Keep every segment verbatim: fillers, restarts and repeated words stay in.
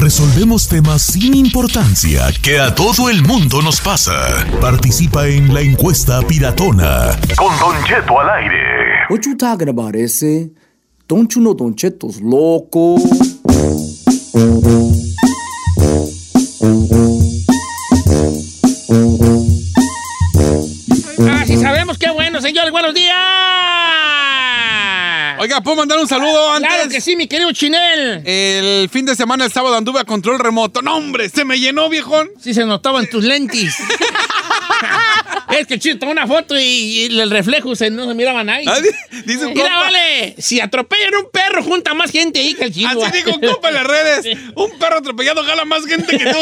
Resolvemos temas sin importancia que a todo el mundo nos pasa. Participa en la encuesta piratona. Con Don Cheto al aire. What you talking about, ese? Don't you know Don Cheto's loco? Ah, sí sabemos, qué bueno, señores, buenos días. Oiga, ¿puedo mandar un saludo antes? Claro que sí, mi querido Chinel. El fin de semana, el sábado, anduve a control remoto. ¡No, hombre! ¡Se me llenó, viejón! Sí, se notaban tus lentes. Es que Chito, una foto y, y el reflejo se, no se miraba nadie. ¿Ah, dice un Mira, compa? vale, si atropellan un perro, junta más gente ahí que el Chino. Así dijo un compa en las redes. Sí. Un perro atropellado jala más gente que tú.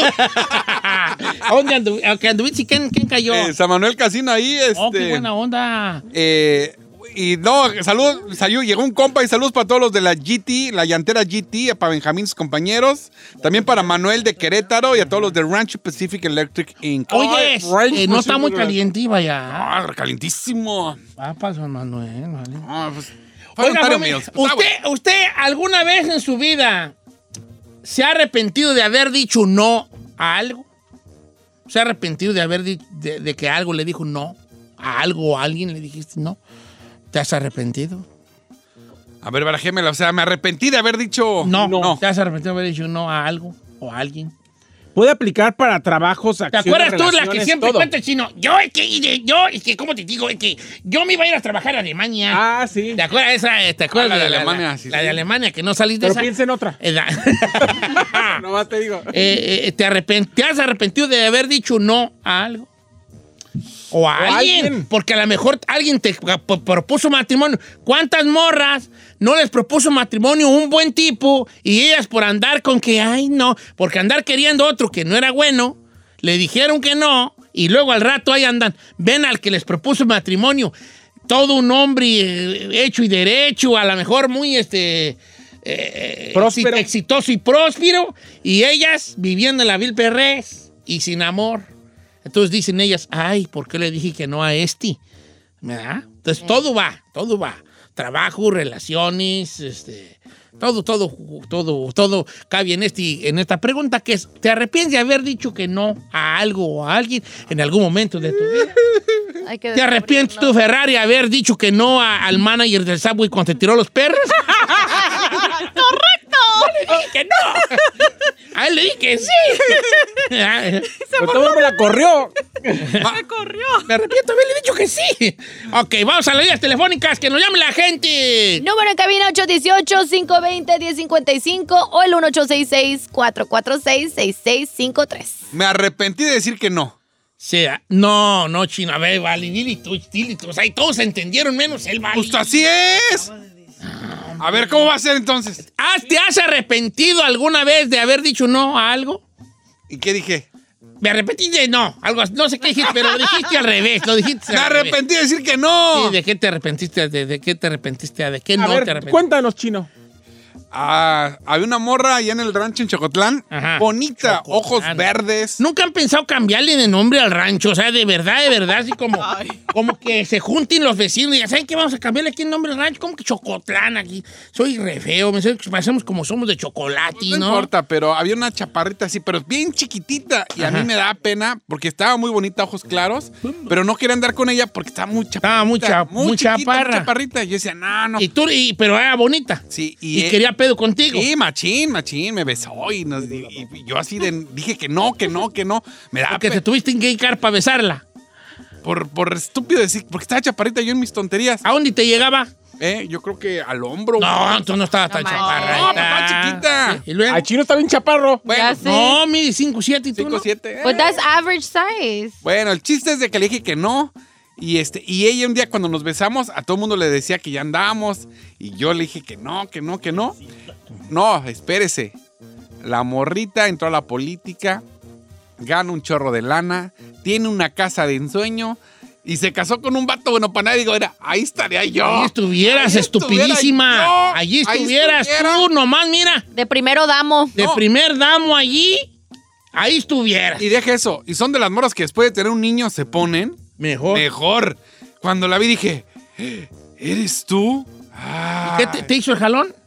¿Dónde andu que anduviste? ¿Quién, ¿Quién cayó? Eh, San Manuel Casino ahí. Este, oh, qué buena onda. Eh... Y no, salud, salud, llegó un compa y saludos para todos los de la G T, la llantera G T, para Benjamín, sus compañeros. También para Manuel de Querétaro y a todos los de Rancho Pacific Electric incorporated. Oye, Ay, eh, no está muy caliente, vaya. Ah, calientísimo. Ah, pasó, Manuel, vale. Ah, pues, Oiga, mami, ¿usted, ¿usted alguna vez en su vida se ha arrepentido de haber dicho no a algo? ¿Se ha arrepentido de haber dicho, de, de que algo le dijo no? ¿A algo o a alguien le dijiste no? ¿Te has arrepentido? A ver, barajémela. O sea, me arrepentí de haber dicho... No, no. ¿Te has arrepentido de haber dicho no a algo o a alguien? Puede aplicar para trabajos, ¿Te acciones, acuerdas tú la que siempre todo. cuenta el Chino? Yo, es que, yo, es que, ¿cómo te digo? Es que yo me iba a ir a trabajar a Alemania. Ah, sí. ¿Te acuerdas esa? ¿Te acuerdas ah, la de, de la, Alemania? La, sí, la sí. de Alemania, que no salís de Pero esa. Pero piensa en otra. Eh, Nomás te digo. Eh, eh, ¿te, arrepent ¿Te has arrepentido de haber dicho no a algo? O a o alguien, alguien, porque a lo mejor alguien te propuso matrimonio. ¿Cuántas morras no les propuso matrimonio un buen tipo y ellas por andar con que, ay, no, porque andar queriendo otro que no era bueno, le dijeron que no y luego al rato ahí andan, ven al que les propuso matrimonio, todo un hombre eh, hecho y derecho, a lo mejor muy este... Eh, próspero. Exitoso y próspero, y ellas viviendo en la vil perrez y sin amor. Entonces dicen ellas, ay, ¿por qué le dije que no a este? ¿Verdad? Entonces todo va, todo va. Trabajo, relaciones, este, todo, todo, todo, todo cabe en, este, en esta pregunta que es, ¿te arrepientes de haber dicho que no a algo o a alguien en algún momento de tu vida? Hay que ¿Te arrepientes tú, Ferrari, de haber dicho que no a, al manager del Subway cuando te tiró los perros? ¡Correcto! No le dije que no. A él le dije que sí. Pero todo me la corrió. ¡Me corrió! Me arrepiento, haberle dicho que sí. Ok, vamos a las líneas telefónicas, que nos llame la gente. Número en cabina ocho uno ocho, cinco dos cero, uno cero cinco cinco o el uno ocho seis seis, cuatro cuatro seis, seis seis cinco tres. Me arrepentí de decir que no. Sea, no, no, Chino, a ver, vale, dile tú, dile tú. O sea, y todos entendieron menos él, vale. Justo así es. A ver, ¿cómo va a ser entonces? ¿Te has arrepentido alguna vez de haber dicho no a algo? ¿Y qué dije? Me arrepentí de no, algo así, no sé qué dijiste, pero lo dijiste al revés, lo dijiste Me al revés. arrepentí de decir que no. Sí, ¿de qué te arrepentiste? ¿De, de qué te arrepentiste? ¿De qué A no ver, te arrepentiste? cuéntanos, Chino. Ah, había una morra allá en el rancho en Chocotlán. Ajá. Bonita, Chocotlán. ojos verdes. ¿Nunca han pensado cambiarle de nombre al rancho? O sea, de verdad, de verdad, así como, como que se junten los vecinos y digan, ¿saben qué? Vamos a cambiarle aquí el nombre al rancho. Como que Chocotlán aquí. Soy re feo, me pasamos como somos de chocolate, No, ¿no? importa, pero había una chaparrita así, pero bien chiquitita. Y Ajá. a mí me daba pena porque estaba muy bonita, ojos claros. Pero no quería andar con ella porque estaba muy chaparrita. Estaba muy cha- muy chiquita, chaparra. muy chaparrita. Y yo decía, no, no. Y tú, y- pero era bonita. Sí, Y, y, quería pedo contigo. Sí, machín, machín, me besó y, nos, y, y yo así de, dije que no, que no, que no. Me da Porque pe- te tuviste que hincar para besarla. por, por estúpido decir, porque estaba chaparrita yo en mis tonterías. ¿A dónde te llegaba? Eh, yo creo que al hombro. No, tú no estabas tan manches. chaparra. No, pues, estaba chiquita. ¿Y luego? Al Chino está bien chaparro. Bueno, Ya sé. No, mide cinco siete y tú cinco no. siete. But that's average size. Bueno, el chiste es de que le dije que no. Y, este, y ella un día cuando nos besamos, a todo el mundo le decía que ya andábamos. Y yo le dije que no, que no, que no. No, espérese. La morrita entró a la política, gana un chorro de lana, tiene una casa de ensueño y se casó con un vato bueno para nadie. Digo, era, ahí estaría yo. Allí estuvieras, Ahí estupidísima. estuviera yo. Allí Ahí estuvieras estuviera. tú, nomás, mira. De primero damo. De No. primer damo allí, ahí estuvieras. Y deja eso. Y son de las morras que después de tener un niño se ponen Mejor. mejor. Cuando la vi dije, ¿eres tú? Ah. ¿Qué te, te hizo el jalón?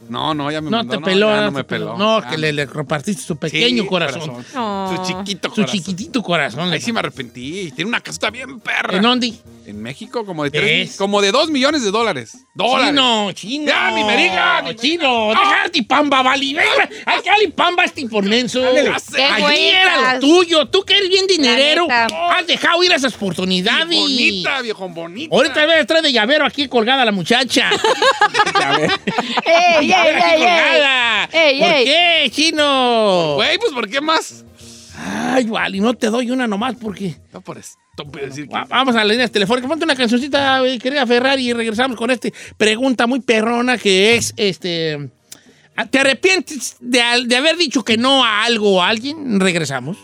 No, no, ya me No mandó. te peló, ya no no te me peló. peló. No, Ya que no. le, le compartiste su pequeño Sí, corazón. Oh. Su chiquito Su corazón. chiquitito corazón. Ahí sí me arrepentí. Tiene una casota bien perra. ¿En dónde? En México, como de ¿Ves? tres, como de dos millones de dólares. ¡Dólares! Chino, chino. Ya, ni me diga, ni me Chino, deja Altipamba, vali. Hay que Altipamba este pormenso. Qué Allí era güeyes. lo tuyo. Tú que eres bien dinerero, La neta. has dejado ir a esas oportunidades. Bonita, viejo, bonita. Ahorita ves trae de llavero aquí colgada la muchacha. ¡Ey, ey, Llavero aquí ey, ey! colgada. Ey, ¿Por ey. qué, chino? Güey, pues ¿por qué más? Ay, vale, no te doy una nomás porque... No por estúpido decir que... Va- Vamos a las líneas telefónicas. Ponte una cancioncita, mi querida Ferrari, y regresamos con esta pregunta muy perrona que es, este... ¿te arrepientes de, al- de haber dicho que no a algo o a alguien? Regresamos.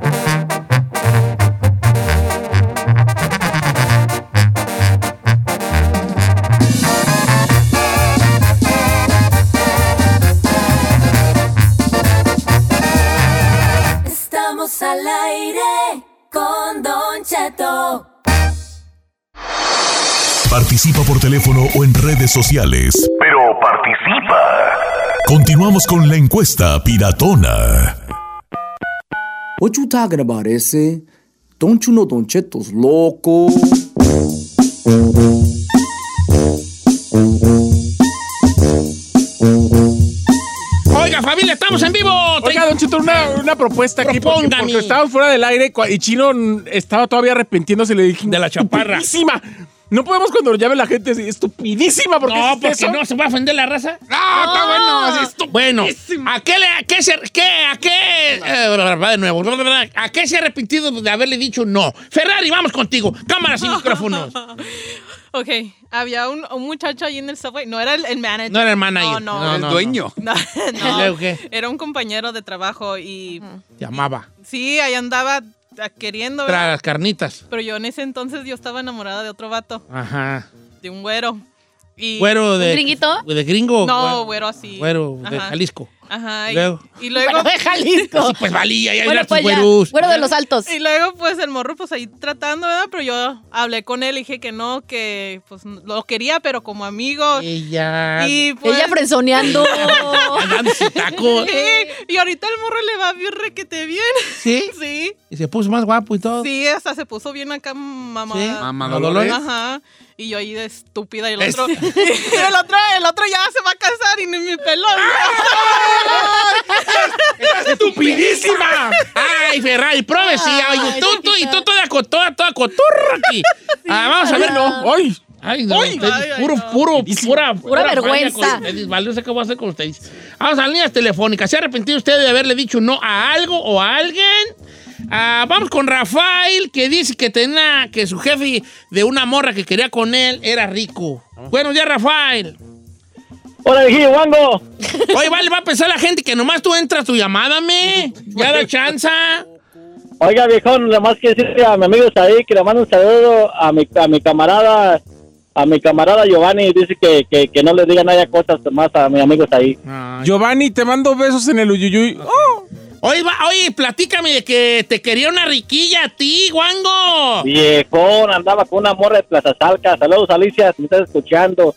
Estamos al aire con Don Cheto. Participa por teléfono o en redes sociales. Pero participa. Continuamos con la encuesta piratona. What you talking about, ese? Don't you know Don Cheto's loco? Oiga, familia, estamos en vivo. Oiga, Don Chito, una, una propuesta aquí. Porque, Propóngame. porque estábamos fuera del aire cua- y Chino mm, estaba todavía arrepintiéndose. Le dije, De la chaparra. estupidísima. No podemos cuando llame la gente decir, estupidísima. Porque No, es porque eso. no se va a ofender la raza. ¡Ah, está bueno! Así es Bueno, ¿a qué le, a qué se, qué, a qué, eh, va de nuevo, ¿a qué se ha arrepentido de haberle dicho no? Ferrari, vamos contigo, cámaras y micrófonos. Ok, había un, un muchacho ahí en el subway. No era el, el manager. No era el manager. No, no. No, el no, dueño. No, ¿Y no. luego qué? Era un compañero de trabajo y Llamaba, sí, ahí andaba ah, queriendo. tras ¿verdad? las carnitas. Pero yo en ese entonces yo estaba enamorada de otro vato, Ajá. de un güero. Y, ¿Güero de... ¿Un gringuito? ¿De gringo? No, güero así. Güero de Ajá. Jalisco. Ajá. Y Luego. y luego, Bueno, de Jalisco. Sí, pues valía, ya Bueno, eran pues tus ya. güeros. Güero de los altos. y luego pues el morro pues ahí tratando, ¿verdad? Pero yo hablé con él y dije que no, que pues lo quería, pero como amigo. Ella... Y pues... Ella frenzoneando. Andando sin taco. Sí, y ahorita el morro le va bien requete bien. ¿Sí? Sí. Y se puso más guapo y todo. Sí, hasta se puso bien acá mamada. ¿Sí? Mamá ¿No, Dolores. Ajá. Y yo ahí de estúpida y el otro, y el otro, el otro ya se va a casar y ni mi pelo. ¡Estupidísima! ¡Ay, Ferrari, pruébese! Ay, Ay, tú, tú, y chiquita. tú toda, co- toda, toda cotorra aquí. Ah, vamos a ver, no. ¡Ay! Ay, no, Ay, ustedes, ay, ay, puro, no. puro, pura, Pura falla vergüenza. con ustedes, vale, no sé qué voy a hacer con ustedes. Vamos a las líneas telefónicas. ¿Se ha arrepentido usted de haberle dicho no a algo o a alguien? Ah, vamos con Rafael, que dice que tenía, que su jefe de una morra que quería con él era rico. Buenos días, Rafael. Hola, viejillo, Wango. Oye, vale, va a pensar la gente que nomás tú entras tu llamada, me. Ya da chanza. Oiga, viejón, nada más que decirle a mi amigo ahí que le mando un saludo a mi, a mi camarada, a mi camarada Giovanni. Dice que, que, que no le diga nada cosas más a mi amigo ahí. Giovanni, te mando besos en el uyuyuy. ¡Oh! Oye, va, oye, platícame de que te quería una riquilla a ti, guango. Viejón, andaba con una morra de Plaza Salca. Saludos, Alicia, si me estás escuchando.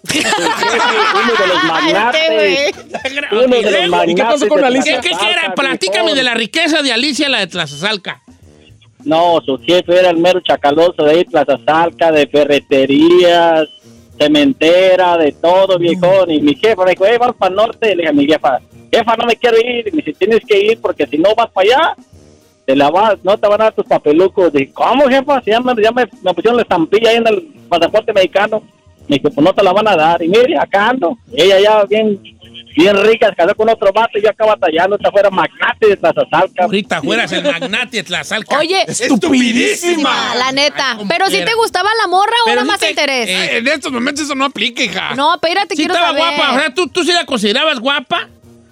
Uno de los magnates. Uno de los magnates. ¿Qué pasó con de Alicia? ¿Qué, qué, Plaza qué era? Salca, Platícame viejón. de la riqueza de Alicia, la de Tlazazalca. No, su jefe era el mero chacaloso de ahí, Plaza Salca, de ferreterías, cementera, de todo, viejón. Y mi jefa me dijo, eh, vamos para el norte. Le dije a mi jefa, jefa, no me quiero ir. Y me dice, tienes que ir porque si no vas para allá, te la vas, no te van a dar tus papelucos. Dije, ¿cómo, jefa? Si ya me, ya me, me pusieron la estampilla ahí en el pasaporte mexicano. Me dijo, pues no te la van a dar. Y mire, acá ando. Ella ya bien, bien rica, se casó con otro vato y yo acá batallando. Esta fuera magnate de Plaza Salca. Ahorita fueras el magnate de Tlazalca. Oye, estupidísima. la neta. Ay, como Pero si quiera. te gustaba la morra o Pero era sí más te- interés. eh, En estos momentos eso no aplica, hija. No, espérate, Sí quiero estaba saber. guapa, o sea, ¿tú, tú sí la considerabas guapa.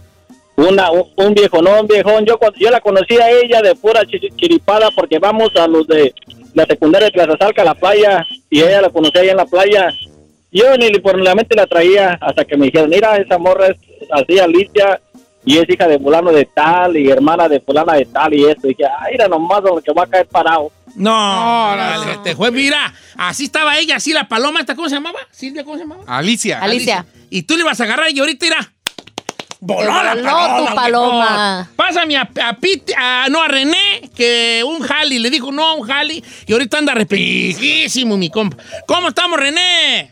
Una, un, un viejo, no, un viejón. Yo, cuando- yo la conocí a ella de pura chi- chiripada porque vamos a los de la secundaria de Plaza Salca a la playa y ella la conocí ahí en la playa. Yo ni por la mente la traía hasta que me dijeron, mira, esa morra es así, Alicia, y es hija de fulano de tal y hermana de fulana de tal y esto. Y dije, ay, era nomás lo que va a caer parado. No, No, dale, no. te fue, mira, así estaba ella, así la paloma, esta, ¿cómo se llamaba? Silvia, ¿cómo se llamaba? Alicia. Alicia. Y tú le ibas a agarrar y ahorita irá, Voló Te la voló paloma, tu paloma. viejón. Pásame a, a Pete, a, no, a René, que un jali. Le dijo no a un jali y ahorita anda arrepentidísimo, mi compa. ¿Cómo estamos, René?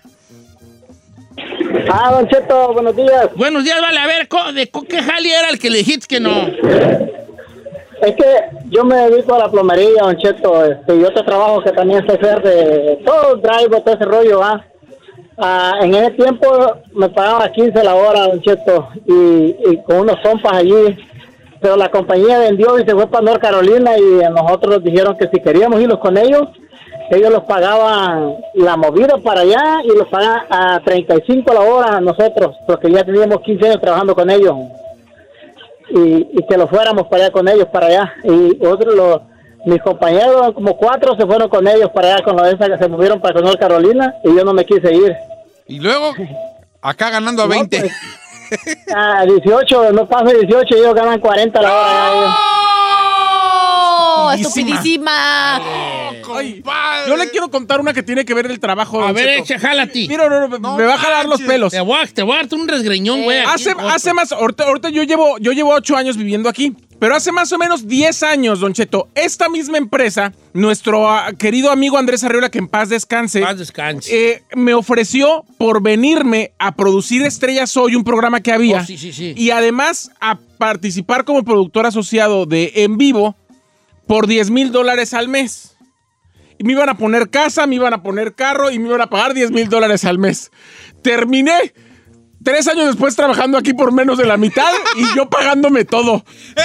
Ah, Don Cheto, buenos días. Buenos días, vale. A ver, ¿co- ¿de co- qué jali era el que le dijiste que no? Es que yo me dedico a la plomería, Don Cheto. Este, yo te trabajo que también sé hacer de todo, drive, todo ese rollo, ¿ah? Ah, en ese tiempo me pagaba quince la hora, Don Cheto, y, y con unos compas allí. Pero la compañía vendió y se fue para North Carolina y a nosotros nos dijeron que si queríamos irnos con ellos, ellos los pagaban la movida para allá y los pagaban a treinta y cinco la hora a nosotros, porque ya teníamos quince años trabajando con ellos. Y, y que lo fuéramos para allá con ellos, para allá. Y otros, los, mis compañeros, como cuatro, se fueron con ellos para allá, con la esa que se movieron para North Carolina, y yo no me quise ir. Y luego, acá ganando a No, veinte. pues, a dieciocho, no paso dieciocho, ellos ganan cuarenta la hora. ya ellos. ¡Oh! ¡Estupidísima! Ay, yo le quiero contar una que tiene que ver el trabajo. A Don ver, Cheto. echa, jala a ti. Mira, no, no, No me va a jalar los manches. pelos. Te voy a, te voy a dar un resgreñón, güey. aquí Hace, en corto. hace más, ahorita, ahorita yo llevo, yo llevo ocho años viviendo aquí, pero hace más o menos diez años, Don Cheto, esta misma empresa, nuestro ah, querido amigo Andrés Arriola, que en paz descanse, Paz descanse. eh, me ofreció por venirme a producir Estrellas Hoy, un programa que había, Oh, sí, sí, sí. y además a participar como productor asociado de En Vivo por diez mil dólares al mes. Y me iban a poner casa, me iban a poner carro y me iban a pagar diez mil dólares al mes. Terminé tres años después trabajando aquí por menos de la mitad y yo pagándome todo.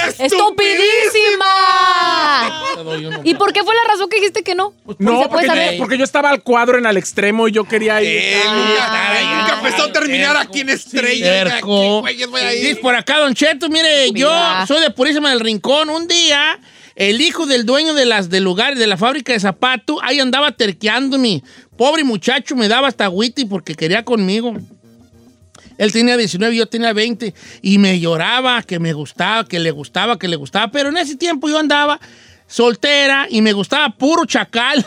¡Estupidísima! Te doy uno. ¿Y por qué fue la razón que dijiste que no? No, ¿Se puede porque, saber? porque yo estaba al cuadro en el extremo y yo quería ir. Él nunca, él nunca pensó terminar aquí en Estrella. Terco. Aquí, güeyes, voy a ir. Dice por acá, Don Cheto, mire, yo Mira. soy de Purísima del Rincón. Un día, el hijo del dueño de las del lugar, de la fábrica de zapatos, ahí andaba terqueándome. Pobre muchacho, me daba hasta agüiti porque quería conmigo. Él tenía diecinueve, yo tenía veinte. Y me lloraba que me gustaba, que le gustaba, que le gustaba. Pero en ese tiempo yo andaba soltera y me gustaba puro chacal.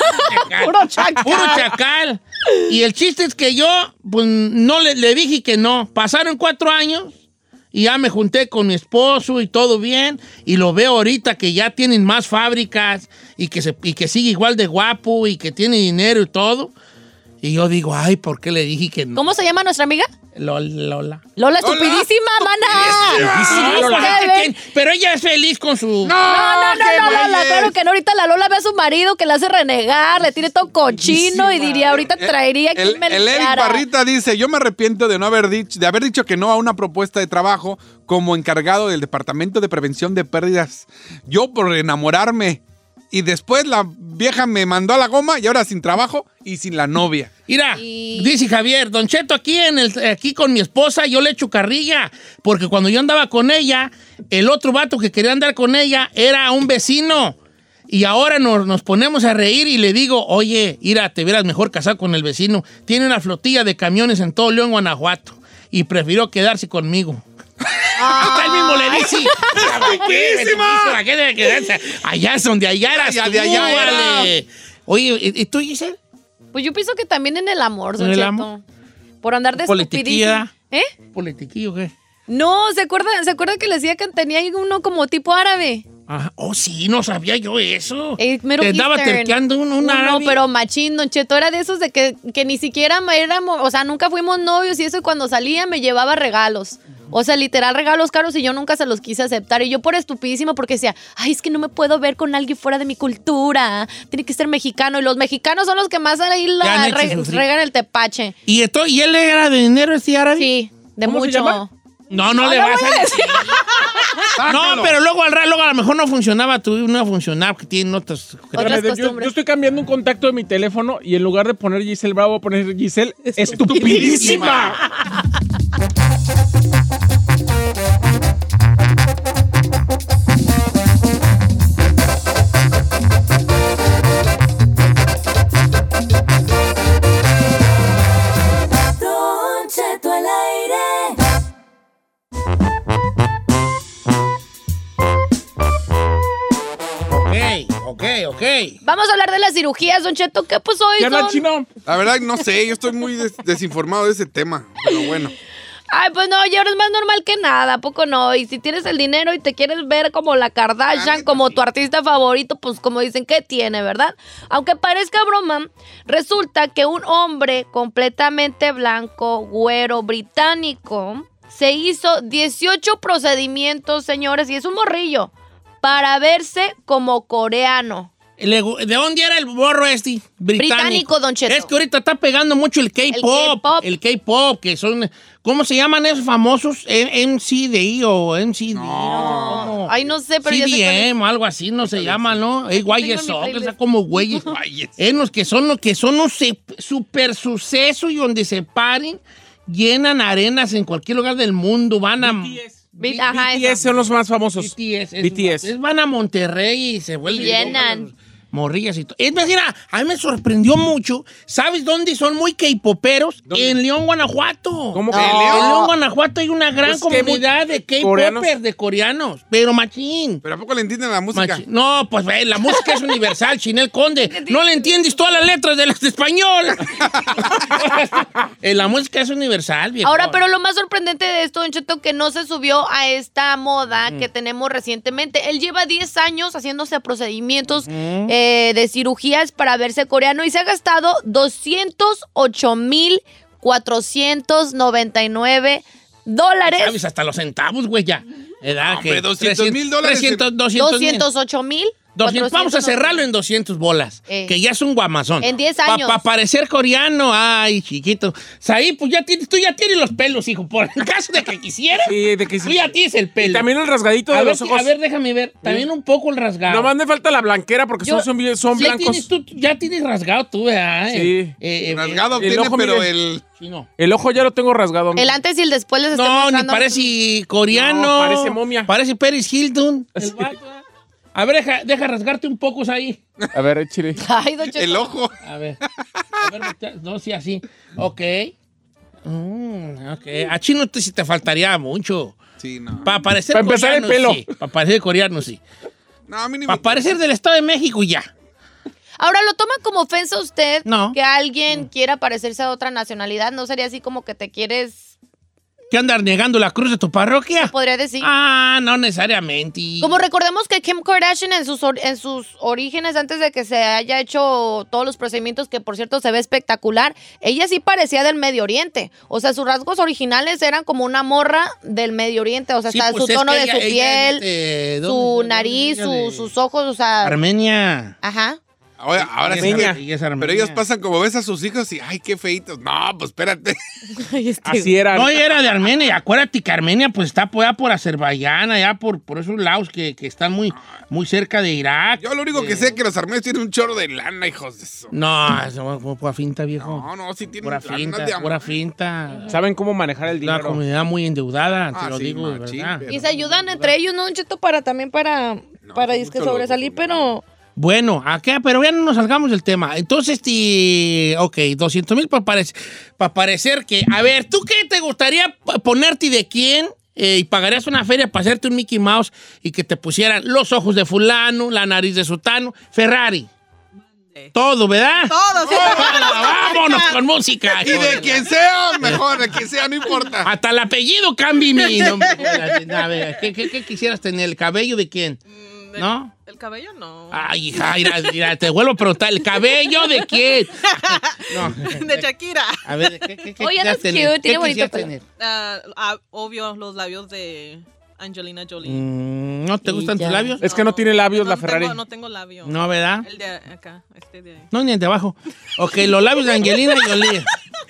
Puro chacal. Puro chacal. Y el chiste es que yo, pues, no le, le dije que no. Pasaron cuatro años y ya me junté con mi esposo y todo bien. Y lo veo ahorita que ya tienen más fábricas y que, se, y que sigue igual de guapo y que tiene dinero y todo. Y yo digo, ay, ¿por qué le dije que no? ¿Cómo se llama nuestra amiga? Lola. Lola. Lola, estupidísima, mana. Sí, Lola, Usted ¿qué ve- tiene? Pero ella es feliz con su... No, no, no, no, Lola, claro que no. Ahorita la Lola ve a su marido que la hace renegar, le tiene todo cochino y diría, ahorita traería El, quien me el Eric limpiara. Barrita dice, yo me arrepiento de no haber dicho, de haber dicho que no a una propuesta de trabajo como encargado del Departamento de Prevención de Pérdidas. Yo por enamorarme. Y después la vieja me mandó a la goma y ahora sin trabajo y sin la novia. Mira, Y- dice Javier, Don Cheto, aquí, en el, aquí con mi esposa yo le echo carrilla, porque cuando yo andaba con ella, el otro vato que quería andar con ella era un vecino. Y ahora nos, nos ponemos a reír y le digo, oye, Ira, te hubieras mejor casar con el vecino. Tiene una flotilla de camiones en todo León, Guanajuato. Y prefirió quedarse conmigo. Hasta él mismo le dice. ¡Estupidísima! ¿Qué debe quedarse? Allá es donde allá eras Ya, tú, de allá era. vale. Oye, ¿y y tú, Giselle? Pues yo pienso que también en el amor, ¿En Don el Cheto. amor? Por andar de Politiquilla. estupidísima. ¿Eh? ¿Politiquillo qué? No, ¿se acuerda, ¿se acuerda que le decía que tenía ahí uno como tipo árabe? Ajá. Oh, sí, no sabía yo eso. El Middle Te andaba Eastern. terqueando un, un No, árabe. pero machín, Don Cheto, era de esos de que, que ni siquiera éramos, o sea, nunca fuimos novios y eso, y cuando salía me llevaba regalos. O sea, literal regalos caros y yo nunca se los quise aceptar. Y yo por estupidísima porque decía, ay, es que no me puedo ver con alguien fuera de mi cultura. Tiene que ser mexicano. Y los mexicanos son los que más ahí Te han la hecho re- sufrir. regan el tepache. ¿Y, esto, ¿Y él era de dinero este árabe? Sí, de ¿Cómo se mucho. llama? No, no, le no vas voy a a decir. No, Sácalo. pero luego al rato, luego a lo mejor no funcionaba, tu no funcionaba, porque tienen otras... Otras Espérame, yo, costumbres. yo estoy cambiando un contacto de mi teléfono y en lugar de poner Giselle Bravo, voy a poner Giselle estupidísima. Don Cheto al aire. Ok, ok, ok. Vamos a hablar de las cirugías, Don Cheto. ¿Qué pues hoy ¿Qué onda, son? chino? La verdad, no sé, yo estoy muy des- desinformado de ese tema. Pero bueno. Ay, pues no, y ahora es más normal que nada, ¿a poco no? Y si tienes el dinero y te quieres ver como la Kardashian, como tu artista favorito, pues como dicen, ¿qué tiene, verdad? Aunque parezca broma, resulta que un hombre completamente blanco, güero, británico, se hizo dieciocho procedimientos, señores, y es un morrillo, para verse como coreano. ¿De dónde era el borro este? Británico. Británico, Don Cheto. Es que ahorita está pegando mucho el K-pop. El K-pop, que son... ¿Cómo se llaman esos famosos? M C D I o M C D. No. Ay, no sé, pero C ya sé D cuál M, algo así, no se llama, ¿no? Eh, guayes son, o sea, como güeyes. En los que son, los que son un se- super suceso y donde se paren, llenan arenas en cualquier lugar del mundo, van a... B T S. B- Ajá, B T S son los más famosos. B T S. Es, B T S. es- van a Monterrey y se vuelven... llenan. locas las morrillas y todo. Es más, mira, a mí me sorprendió mucho. ¿Sabes dónde son muy K-poperos? En León, Guanajuato. ¿Cómo que En en León? León? En León, Guanajuato hay una gran Pues que comunidad de coreanos. K-popers, de coreanos, pero machín. ¿Pero a poco le entienden la música? Machi- No, pues ve, la música es universal, Chinel Conde. No le entiendes todas las letras de las de español. Eh, la música es universal, viejo. Ahora, pero lo más sorprendente de esto, Don Cheto, que no se subió a esta moda que tenemos recientemente. Él lleva diez años haciéndose procedimientos eh, de cirugías para verse coreano y se ha gastado doscientos ocho mil cuatrocientos noventa y nueve dólares. ¿Sabes? Hasta los centavos, güey, ya. Edad Hombre, que doscientos mil dólares trescientos, doscientos mil. doscientos ocho mil. doscientos, vamos a cerrarlo en doscientos bolas, Eh. que ya es un guamazón. En diez años. Para parecer coreano, ay, chiquito. Saí, pues ya tienes, tú ya tienes los pelos, hijo. Por el caso de que quisieras, Sí, de que tú sí. ya tienes el pelo. Y también el rasgadito a de ver, los ojos. a ver, déjame ver. También un poco el rasgado. Nomás me falta la blanquera porque Yo- son, son, son Sí, blancos. tienes tú- ya tienes rasgado tú, ¿verdad? Sí. Eh, eh, Rasgado el tiene, ojo, pero mire. el... sí, no. El ojo ya lo tengo rasgado. El antes y el después les estoy No, ni mostrando. parece coreano. No, parece momia. Parece Paris Hilton. El vato, ¿eh? A ver, deja, deja rasgarte un poco ahí. A ver, échale. Ay, Don Cheto. El ojo. A ver. A ver, voltea- no, sí, así. Ok. Mm, ok. A chino te, sí te faltaría mucho. Sí, no. Para parecer Pa' empezar el coreano, pelo. sí. Para parecer coreano, sí. No, a mí ni Para me... parecer del Estado de México, ya. Ahora, ¿lo toma como ofensa usted No. que alguien quiera parecerse a otra nacionalidad? ¿No sería así como que te quieres, ¿Qué andar negando la cruz de tu parroquia? podría decir? Ah, no necesariamente. Como recordemos que Kim Kardashian en sus, or- en sus orígenes, antes de que se haya hecho todos los procedimientos, que por cierto se ve espectacular, ella sí parecía del Medio Oriente. O sea, sus rasgos originales eran como una morra del Medio Oriente. O sea, Sí, hasta pues su es tono que de ella- su ella piel, es de- su ¿dónde- nariz, dónde es ella? su- De sus ojos, o sea... Armenia. Ajá. Ahora, ahora sí. Ella es que- ella es armenia. Pero ellos pasan como ves a sus hijos y, ay, qué feitos. No, pues espérate. Así era. No, ella era de Armenia. Acuérdate que Armenia pues está allá por Azerbaiyán, allá por, por esos lados que, que están muy, muy cerca de Irak. Yo lo único que sé es que los armenios tienen un chorro de lana, hijos de eso. No, eso es pura finta, viejo. No, no, sí tienen Pura lanas finta, de amor. pura finta. Saben cómo manejar el La dinero. comunidad muy endeudada, te Ah, lo sí, digo de machín, verdad. pero- Y se ayudan entre ellos, ¿no, Don Cheto? Para también para, para mucho disque lo- sobresalir, pero... Bueno, acá, pero ya no nos salgamos del tema. Entonces, ti- ok, doscientos mil para parecer, para parecer que... A ver, ¿tú qué te gustaría p- ponerte y de quién? Eh, y pagarías una feria para hacerte un Mickey Mouse y que te pusieran los ojos de fulano, la nariz de sutano, Ferrari. Todo, ¿verdad? Todo, sí. Vámonos con música. Y de quien sea, mejor, de quien sea, no importa. Hasta el apellido cambie mi nombre. A ver, ¿qué, qué, qué quisieras tener? ¿El cabello de quién? El- ¿No? El cabello no. Ay, hija, mira, mira, te vuelvo a preguntar, ¿el cabello de quién? No. De Shakira. A ver, ¿qué, qué, qué Oye, quisieras that's tener? cute, ¿Qué tiene bonito quisieras pelo. tener? Ah, ah, obvio, los labios de Angelina Jolie. Mm, ¿No te Y gustan ya. tus labios? Es que no tiene labios la Ferrari. Tengo, no tengo labio. No, ¿verdad? El de acá, este de ahí. No, ni el de abajo. Ok, los labios de Angelina Jolie.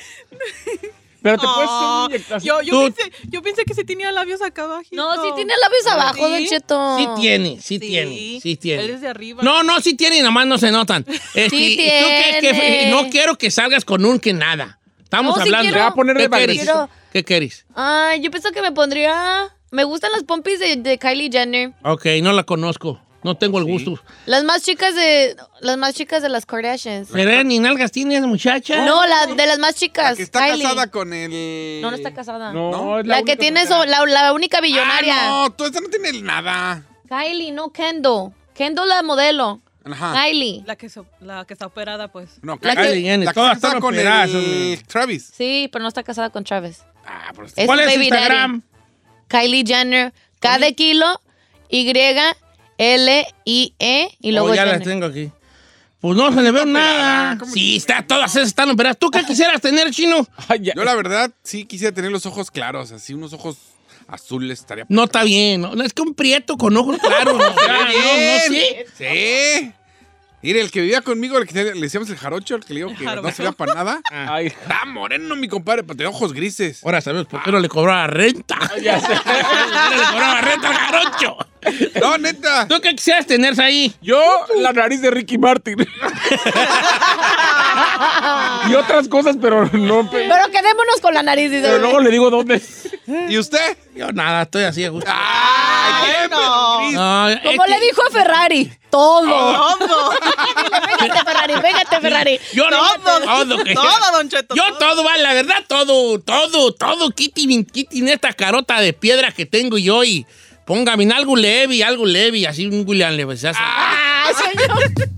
Pero te puedes Oh, hacer inyectación. yo, yo, Tú- pensé, yo pensé que sí tenía labios acá abajito. No, sí tiene labios abajo, Don Cheto. Sí tiene, sí, Sí. tiene, sí tiene. Él es de arriba. No, no, sí tiene y nomás no se notan. Este, Sí ¿y tú qué- qué- tiene. no quiero que salgas con un que nada. Estamos No, sí hablando. quiero. Le va a poner de ¿Qué quieres? bagrecito. ¿Qué quieres? Ay, yo pienso que me pondría... Me gustan las pompis de, de Kylie Jenner. Ok, no la conozco. No tengo el gusto. Las más chicas de... Las más chicas de las Kardashians. ¿Pero ni nalgas tienes, muchacha? No, la de las más chicas. La que está Kylie. casada con el... No, no está casada. No, ¿No? es La, que única tiene soltera. so- la, la única billonaria. Ah, no, tú esa no tiene nada. Kylie, no Kendall. Kendall la modelo. Ajá. Kylie. La que, so- la que está operada, pues. No, La Kylie, que- Jenner, la que todas está están con operadas, el hombre. Travis. Sí, pero no está casada con Travis. Ah, pero Es ¿Cuál un es baby Instagram? daddy. Kylie Jenner. K de kilo, Y, L, I, E y luego Oh, ya las Jenner. tengo aquí. Pues no se le ve nada. Sí, está, todas esas están operadas. ¿Tú qué quisieras tener, Chino? Ay, ya. Yo la verdad sí quisiera tener los ojos claros, así unos ojos azules estaría. No está bien. No, es que un prieto con ojos claros. No, Está no, no, bien. sí. Sí. Mire, el que vivía conmigo, el que le decíamos el jarocho, el que le digo que no servía para nada. Ay, Está moreno, mi compadre, pero tenía ojos grises. Ahora sabemos por qué no le cobraba renta. ya sé. ¿Por qué no le cobraba renta al jarocho? No, neta. ¿Tú qué quisieras tener ahí? Yo, la nariz de Ricky Martin. Y otras cosas, pero no. Pero Pero quedémonos con la nariz. Dice. luego le digo dónde. ¿Y usted? Yo nada, estoy así a gusto. ¡Ay, qué no. No, es Como que le dijo a Ferrari, todo. Todo. Pégate, Ferrari, pégate, Ferrari. Yo no, Todo. todo, que- Todo, Don Cheto, Yo todo. todo, vale, la verdad, todo, todo, todo, Kitty, Kitty, en esta carota de piedra que tengo yo y póngame en algo leve, algo leve, así un William Levy. Ah, señor.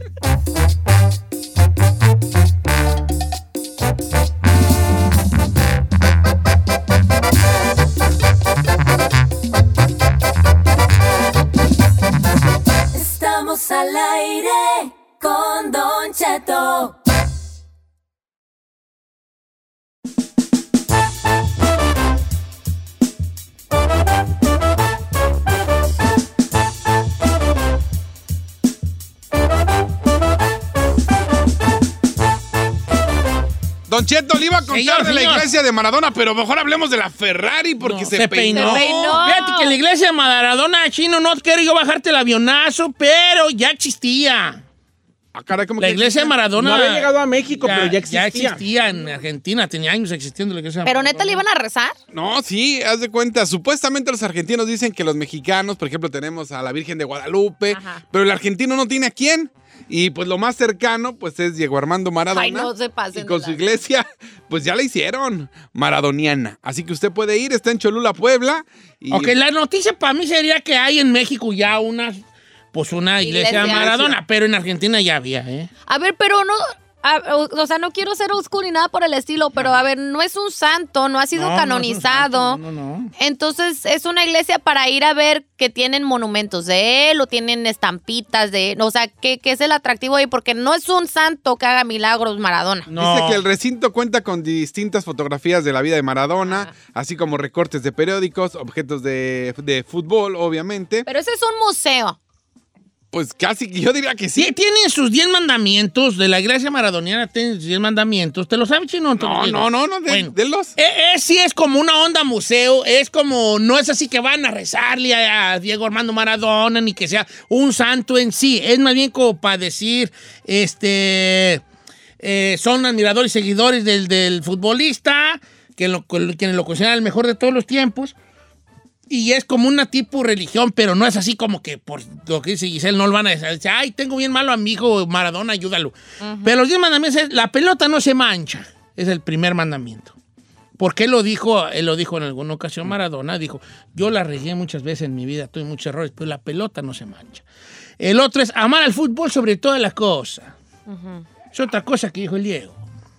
Estamos al aire con Don Cheto. Don Cheto, le iba a contar Señor, de la señor. iglesia de Maradona, pero mejor hablemos de la Ferrari porque No, se, peinó. Se peinó. Fíjate que la iglesia de Maradona, Chino, no quiero yo bajarte el avionazo, pero ya existía. Ah, caray, ¿cómo La que iglesia de Maradona. No había llegado a México, pero ya existía. Ya existía en Argentina, tenía años existiendo la iglesia de Pero Maradona. neta le iban a rezar. No, sí, haz de cuenta. Supuestamente los argentinos dicen que los mexicanos, por ejemplo, tenemos a la Virgen de Guadalupe, Ajá. pero el argentino no tiene a quién. Y pues lo más cercano, pues es Diego Armando Maradona. Ay, no se pasen Y con de su lanza. iglesia, pues ya la hicieron, maradoniana. Así que usted puede ir, está en Cholula, Puebla. Y Ok, la noticia para mí sería que hay en México ya una, pues una iglesia, de Iglesia. Maradona, pero en Argentina ya había, ¿eh? A ver, pero no. a- o, o sea, no quiero ser oscuro ni nada por el estilo, pero a ver, no es un santo, no ha sido No, no es un canonizado. santo, No, no, no. Entonces, es una iglesia para ir a ver que tienen monumentos de él o tienen estampitas de él. O sea, que, que es el atractivo ahí, porque no es un santo que haga milagros Maradona. No. dice que el recinto cuenta con distintas fotografías de la vida de Maradona, Ah. así como recortes de periódicos, objetos de, de fútbol, obviamente. Pero ese es un museo. Pues casi, yo diría que sí. Sí, tienen sus diez mandamientos de la iglesia maradoniana, tienen sus diez mandamientos. ¿Te lo sabes, Chino? Te lo No, digo. no, no, no, de, Bueno. de los... Eh, eh, sí es como una onda museo, es como, no es así que van a rezarle a, a Diego Armando Maradona, ni que sea un santo en sí, es más bien como para decir, este, eh, son admiradores y seguidores del, del futbolista, que lo, quienes lo consideran el mejor de todos los tiempos, y es como una tipo religión, pero no es así como que por lo que dice Giselle, no lo van a decir, ay, tengo bien malo a mi hijo Maradona, ayúdalo. Pero los diez mandamientos es, la pelota no se mancha, es el primer mandamiento. Porque él lo dijo, él lo dijo en alguna ocasión Maradona, dijo, yo la regué muchas veces en mi vida, tuve muchos errores, pero la pelota no se mancha. El otro es amar al fútbol sobre todas las cosas. Es otra cosa que dijo el Diego.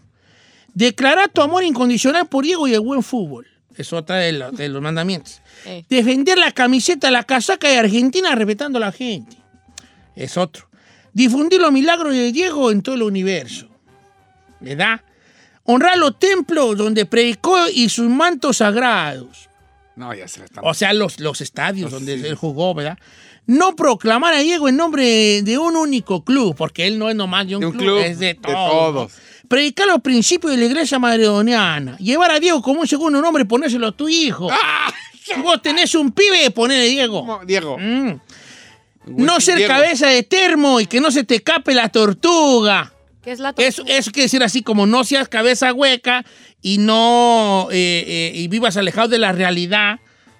Declarar tu amor incondicional por Diego y el buen fútbol. Es otra de, los- de los mandamientos. Eh. Defender la camiseta, la casaca de Argentina respetando a la gente. Es otro. Difundir los milagros de Diego en todo el universo. ¿Verdad? Honrar los templos donde predicó y sus mantos sagrados. No, ya se la están... O sea, los, los estadios Los- donde sí. él jugó, ¿verdad? No proclamar a Diego en nombre de un único club, porque él no es nomás de un, De un club, club, es de, de todos. todos. Predicar los principios de la iglesia maradoniana. Llevar a Diego como un segundo nombre y ponérselo a tu hijo. ¡Ah! Si vos tenés un pibe, ponele Diego. ¿Cómo? Diego. Mm. No ser Diego. cabeza de termo y que no se te escape la tortuga. ¿Qué es la Eso, eso quiere decir así como no seas cabeza hueca y no eh, eh, y vivas alejado de la realidad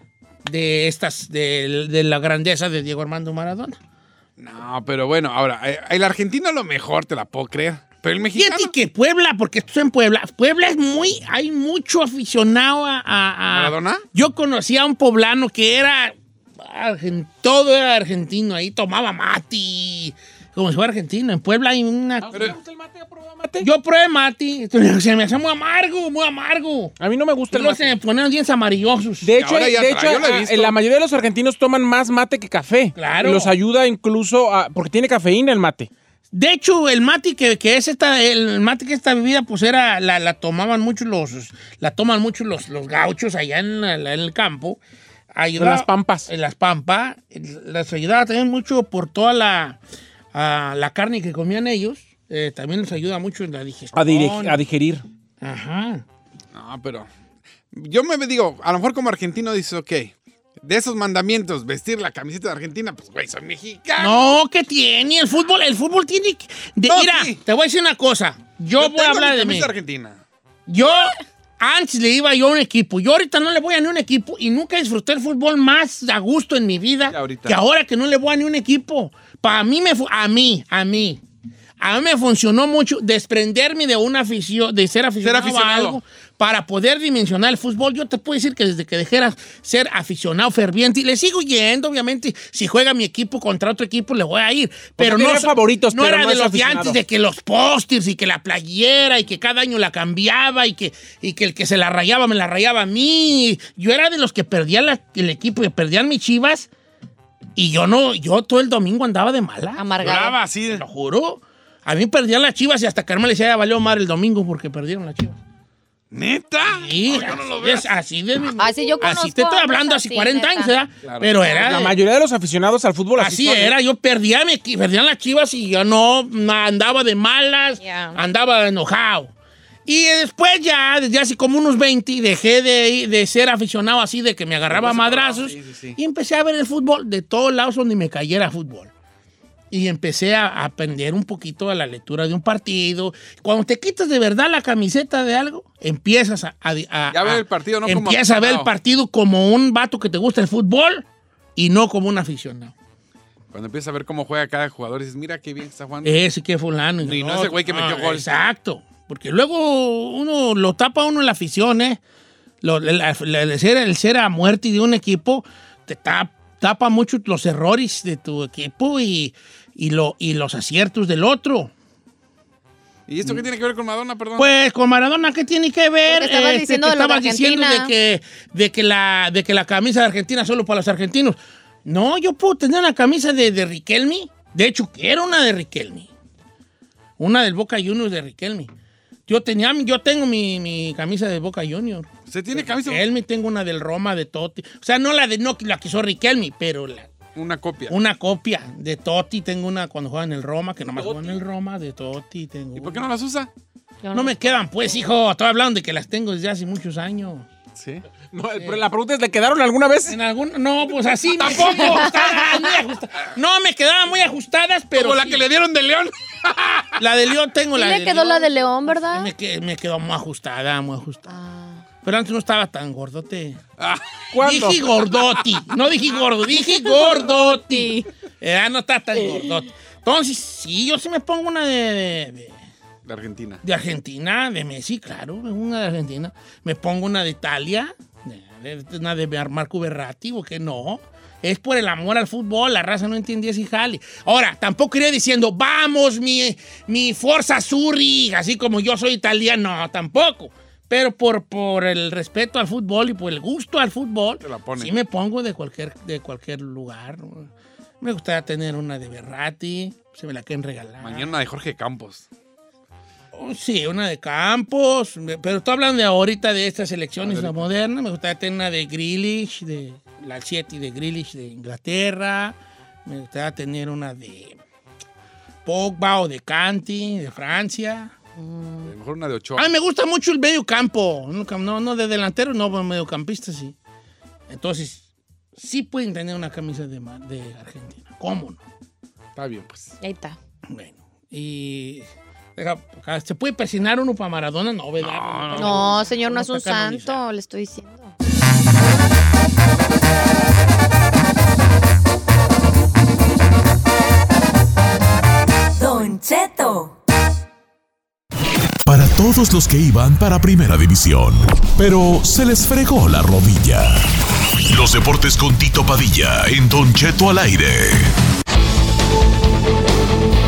de estas de, de la grandeza de Diego Armando Maradona. No, pero bueno, ahora, eh, el argentino a lo mejor te la puedo creer. Pero el mexicano... Fíjate que Puebla, porque esto es en Puebla, Puebla es muy, hay mucho aficionado a... a- a- ¿Maradona? Yo conocí a un poblano que era, argen- todo era argentino, ahí tomaba mati, como si fuera argentino. En Puebla hay una... ¿Te gusta el mate? ¿Ha probado mate? Yo probé mate, se me hace muy amargo, muy amargo. A mí no me gusta el Luego mate. se me ponen dientes amarillosos. De hecho, ahora ya de trae, hecho yo lo he a- visto. la mayoría de los argentinos toman más mate que café. Claro. Y los ayuda incluso a... Porque tiene cafeína el mate. De hecho, el mate que, que es esta, el mate que esta bebida, pues era, la, la tomaban mucho los, la toman mucho los, los gauchos allá en, la- en el campo. Ayudaba- En las pampas. En las pampas. Les ayudaba también mucho por toda la, ah, la carne que comían ellos. Eh, también les ayuda mucho en la digestión. A, dire- a digerir. Ajá. No, pero yo me digo, a lo mejor como argentino dices, ok, de esos mandamientos, vestir la camiseta de Argentina, pues güey, soy mexicano. No, ¿qué tiene? El fútbol, el fútbol tiene que... de- No, mira, sí. te voy a decir una cosa. Yo, voy a tengo hablar mi de camisa mí. de Argentina. Yo antes le iba yo a un equipo. Yo ahorita no le voy a ni un equipo y nunca disfruté el fútbol más a gusto en mi vida Y ahorita. que ahora que no le voy a ni un equipo. Para mí, me fu- a mí, a mí, a mí me funcionó mucho desprenderme de una afición, de ser aficionado, aficionado. a algo para poder dimensionar el fútbol. Yo te puedo decir que desde que dejé de ser aficionado ferviente, y le sigo yendo, obviamente, si juega mi equipo contra otro equipo, le voy a ir. Pero tiene no, favoritos, no pero era no de es los de aficionado. antes de que los pósters y que la playera y que cada año la cambiaba y que, y que el que se la rayaba me la rayaba a mí. Yo era de los que perdían la- el equipo, que perdían mis Chivas y yo no, yo todo el domingo andaba de mala. Amargado. Brava, así de... Te lo juro. A mí perdían las Chivas y hasta Carmen le decía, ya valió madre el domingo porque perdieron las Chivas. ¿Neta? Sí, No, yo no lo así veo. es, así de Así yo conozco Así te estoy a hablando unos hace así, cuarenta neta. años, ¿verdad? Claro. Pero era La de- mayoría de los aficionados al fútbol Así son, ¿eh? era, yo perdía, me, perdían las Chivas y yo no, no, andaba de malas, Yeah. andaba enojado. Y después ya, desde hace como unos veinte, dejé de, de ser aficionado así, de que me agarraba a madrazos, Sí, sí, sí. y empecé a ver el fútbol de todos lados donde me cayera fútbol. Y empecé a a aprender un poquito a la lectura de un partido. Cuando te quitas de verdad la camiseta de algo, empiezas a... a, a- Ya ver a- el partido, no como Empiezas a ver el aficionado. partido como un vato que te gusta el fútbol y no como un aficionado. Cuando empiezas a ver cómo juega cada jugador, dices, mira qué bien está jugando. Ese que fulano. Y no ese güey que metió gol. Exacto. Porque luego uno lo tapa uno en la afición, ¿eh? Lo- la- la- el, ser, el ser a muerte de un equipo te tap- tapa mucho los errores de tu equipo y, y, lo, y los aciertos del otro. ¿Y esto qué tiene que ver con Madonna, perdón? Pues con Maradona, ¿qué tiene que ver? Porque estabas diciendo que de lo de estabas diciendo de Argentina. que, de, que la, de que la camisa de Argentina solo para los argentinos. No, yo puedo tener una camisa de, de Riquelme. De hecho, quiero una de Riquelme. Una del Boca Juniors de Riquelme. Yo, tenía, yo tengo mi, mi camisa de Boca Juniors. ¿Usted tiene camisa? Riquelme, tengo una del Roma de Totti. O sea, no la de no, la que hizo Riquelme, pero la, Una copia. una copia de Totti. Tengo una cuando juega en el Roma, que nomás juega en el Roma, de Totti. Tengo ¿Y por qué no las usa? Yo no me quedan, pues, hijo. Estoy hablando de que las tengo desde hace muchos años. Sí. No, pero la pregunta es, ¿le quedaron alguna vez? En algún... No, pues así. Tampoco. Muy ajustadas, muy ajustadas. No, me quedaban muy ajustadas, pero Como la sí. que le dieron de León. La de León tengo Sí la le de quedó León. la de León, ¿verdad? Me, que- me quedó muy ajustada, muy ajustada. Ah. Pero antes no estaba tan gordote. ¿Cuándo? Dije gordoti. No dije gordo, dije gordoti. Eh, no está tan gordote. Entonces, sí, yo sí me pongo una de, de, de- De Argentina. de Argentina, de Messi, claro, una de Argentina. Me pongo una de Italia, de- de- una de Marco Verratti, ¿o qué no? Es por el amor al fútbol, la raza no entendía ese jale. Ahora, tampoco iré diciendo, vamos, mi, mi Forza Azzurri, así como yo soy italiano, no, tampoco. Pero por, por el respeto al fútbol y por el gusto al fútbol, Te la pone. sí me pongo de cualquier, de cualquier lugar. Me gustaría tener una de Verratti, se me la quieren regalar. Mañana una de Jorge Campos. Oh, sí, una de Campos, pero estoy hablando de ahorita de estas elecciones A ver. modernas. Me gustaría tener una de Grealish, de la siete de Grealish de Inglaterra. Me gustaría tener una de Pogba o de Kanti de Francia. A lo mejor una de Ochoa. A mí me gusta mucho el medio campo. No, no de delantero, no, pero mediocampista sí. Entonces, sí pueden tener una camisa de, ma- de Argentina. ¿Cómo no? Está bien, pues. Ahí está. Bueno, y... deja, acá, ¿se puede persignar uno para Maradona? No, ¿verdad? No, señor, no es un está canonizado. santo, le estoy diciendo. Don Cheto. Para todos los que iban para Primera División, pero se les fregó la rodilla. Los deportes con Tito Padilla en Don Cheto al aire.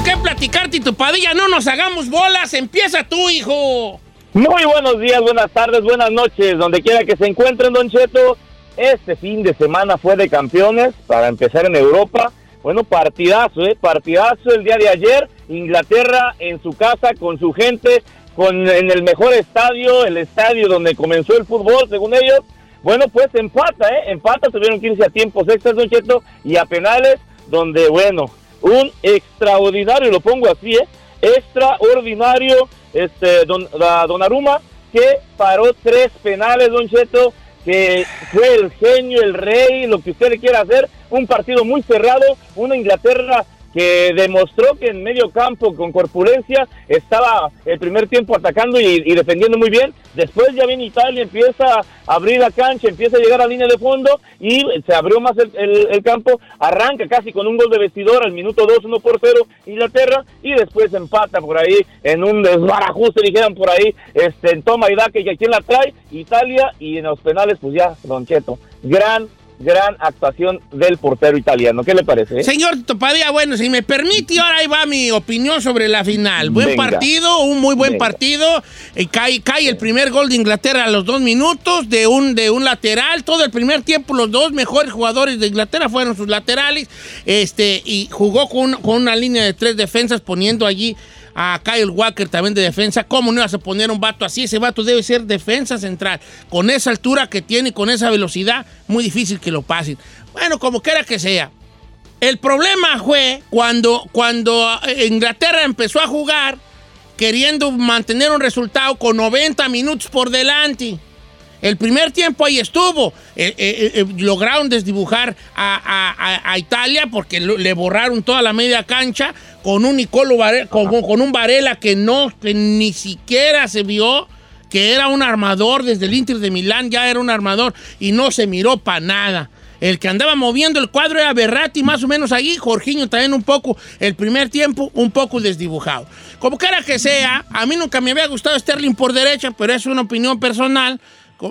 que platicar, Tito Padilla. No nos hagamos bolas. Empieza tú, hijo. Muy buenos días, buenas tardes, buenas noches. Donde quiera que se encuentren, Don Cheto. Este fin de semana fue de campeones, para empezar en Europa. Bueno, partidazo, ¿eh? Partidazo el día de ayer. Inglaterra en su casa, con su gente, con en el mejor estadio, el estadio donde comenzó el fútbol, según ellos. Bueno, pues empata, ¿eh? Empata, tuvieron que irse a tiempos extras, Don Cheto, y a penales, donde, bueno, un extraordinario, lo pongo así, ¿eh? Extraordinario, este, don, la Donnarumma, que paró tres penales, Don Cheto, que fue el genio, el rey, lo que usted le quiera hacer, un partido muy cerrado, una Inglaterra que demostró que en medio campo con corpulencia estaba el primer tiempo atacando y, y defendiendo muy bien. Después ya viene Italia, empieza a abrir la cancha, empieza a llegar a línea de fondo y se abrió más el, el, el campo, arranca casi con un gol de vestidor al minuto dos, uno por cero Inglaterra, y después empata por ahí en un desbarajuste, dijeran por ahí, este, en toma y da, que quien la trae, Italia, y en los penales pues ya, Don Cheto, gran gran actuación del portero italiano. ¿Qué le parece? Eh? Señor Topadilla, bueno, si me permite, ahora ahí va mi opinión sobre la final. Buen Venga. partido, un muy buen Venga. partido. Eh, cae, cae el primer gol de Inglaterra a los dos minutos de un, de un lateral. Todo el primer tiempo los dos mejores jugadores de Inglaterra fueron sus laterales. Este, y jugó con, con una línea de tres defensas, poniendo allí a Kyle Walker también de defensa. ¿Cómo no ibas a poner un vato así? Ese vato debe ser defensa central. Con esa altura que tiene, con esa velocidad, muy difícil que lo pasen. Bueno, como quiera que sea. El problema fue cuando, cuando Inglaterra empezó a jugar queriendo mantener un resultado con noventa minutos por delante. El primer tiempo ahí estuvo. Eh, eh, eh, lograron desdibujar a, a, a Italia porque lo, le borraron toda la media cancha con un Nicolo Varela, con, con un Varela que no, que ni siquiera se vio que era un armador. Desde el Inter de Milán ya era un armador y no se miró para nada. El que andaba moviendo el cuadro era Verratti, más o menos ahí. Jorginho también un poco, el primer tiempo, un poco desdibujado. Como quiera que sea, a mí nunca me había gustado Sterling por derecha, pero es una opinión personal.